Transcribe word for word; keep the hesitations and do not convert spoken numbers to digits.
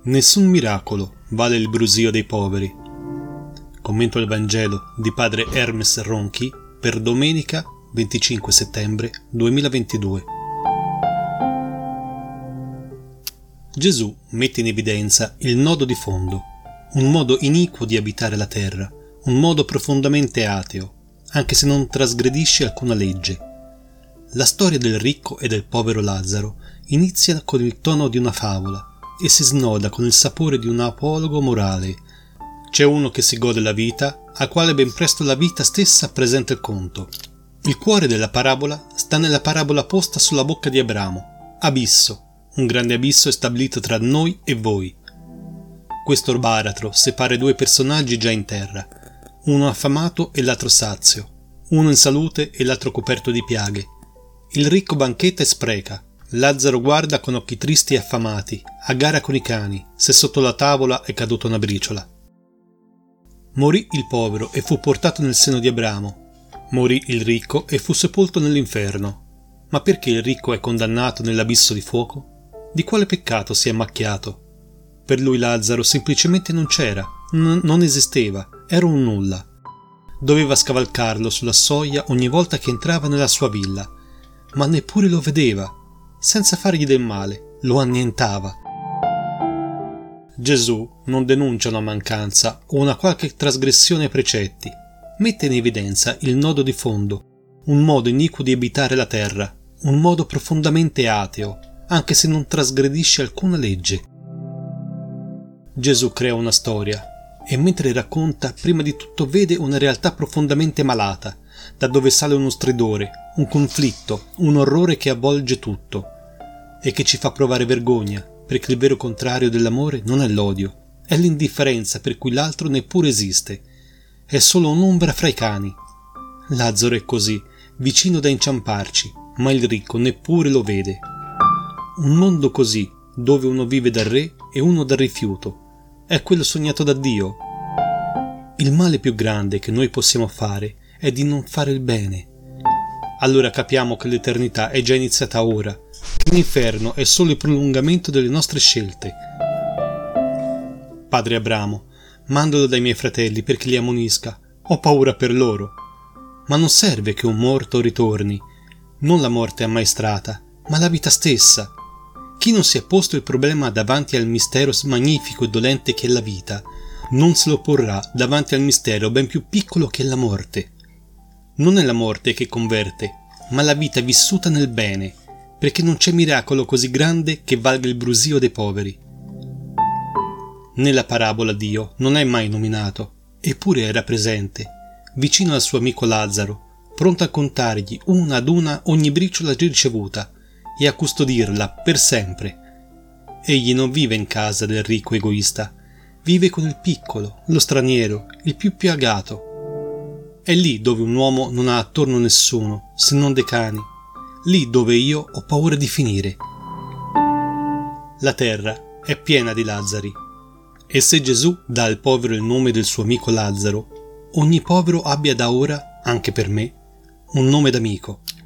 Nessun miracolo vale il brusio dei poveri. Commento al Vangelo di padre Hermes Ronchi per domenica venticinque settembre duemilaventidue. Gesù mette in evidenza il nodo di fondo, un modo iniquo di abitare la terra, un modo profondamente ateo, anche se non trasgredisce alcuna legge. La storia del ricco e del povero Lazzaro inizia con il tono di una favola e si snoda con il sapore di un apologo morale. C'è uno che si gode la vita, al quale ben presto la vita stessa presenta il conto. Il cuore della parabola sta nella parabola posta sulla bocca di Abramo. Abisso, un grande abisso è stabilito tra noi e voi. Questo baratro separa due personaggi già in terra, uno affamato e l'altro sazio, uno in salute e l'altro coperto di piaghe. Il ricco banchetta e spreca, Lazzaro guarda con occhi tristi e affamati, a gara con i cani, se sotto la tavola è caduta una briciola. Morì il povero e fu portato nel seno di Abramo. Morì il ricco e fu sepolto nell'inferno. Ma perché il ricco è condannato nell'abisso di fuoco? Di quale peccato si è macchiato? Per lui Lazzaro semplicemente non c'era, n- non esisteva, era un nulla. Doveva scavalcarlo sulla soglia ogni volta che entrava nella sua villa, ma neppure lo vedeva. Senza fargli del male, lo annientava. Gesù non denuncia una mancanza o una qualche trasgressione ai precetti, mette in evidenza il nodo di fondo, un modo iniquo di abitare la terra, un modo profondamente ateo, anche se non trasgredisce alcuna legge. Gesù crea una storia e mentre racconta, prima di tutto vede una realtà profondamente malata, da dove sale uno stridore, un conflitto, un orrore che avvolge tutto e che ci fa provare vergogna, perché il vero contrario dell'amore non è l'odio, è l'indifferenza per cui l'altro neppure esiste, è solo un'ombra fra i cani. Lazzaro è così, vicino da inciamparci, ma il ricco neppure lo vede. Un mondo così, dove uno vive dal re e uno dal rifiuto, è quello sognato da Dio. Il male più grande che noi possiamo fare è di non fare il bene. Allora capiamo che l'eternità è già iniziata ora, che l'inferno è solo il prolungamento delle nostre scelte. Padre Abramo, mandalo dai miei fratelli perché li ammonisca, ho paura per loro. Ma non serve che un morto ritorni, non la morte ammaestrata, ma la vita stessa. Chi non si è posto il problema davanti al mistero magnifico e dolente che è la vita, non se lo porrà davanti al mistero ben più piccolo che è la morte. Non è la morte che converte, ma la vita vissuta nel bene, perché non c'è miracolo così grande che valga il brusio dei poveri. Nella parabola Dio non è mai nominato, eppure era presente, vicino al suo amico Lazzaro, pronto a contargli una ad una ogni briciola ricevuta e a custodirla per sempre. Egli non vive in casa del ricco egoista, vive con il piccolo, lo straniero, il più piagato. È lì dove un uomo non ha attorno nessuno, se non dei cani, lì dove io ho paura di finire. La terra è piena di Lazzari, e se Gesù dà al povero il nome del suo amico Lazzaro, ogni povero abbia da ora, anche per me, un nome d'amico.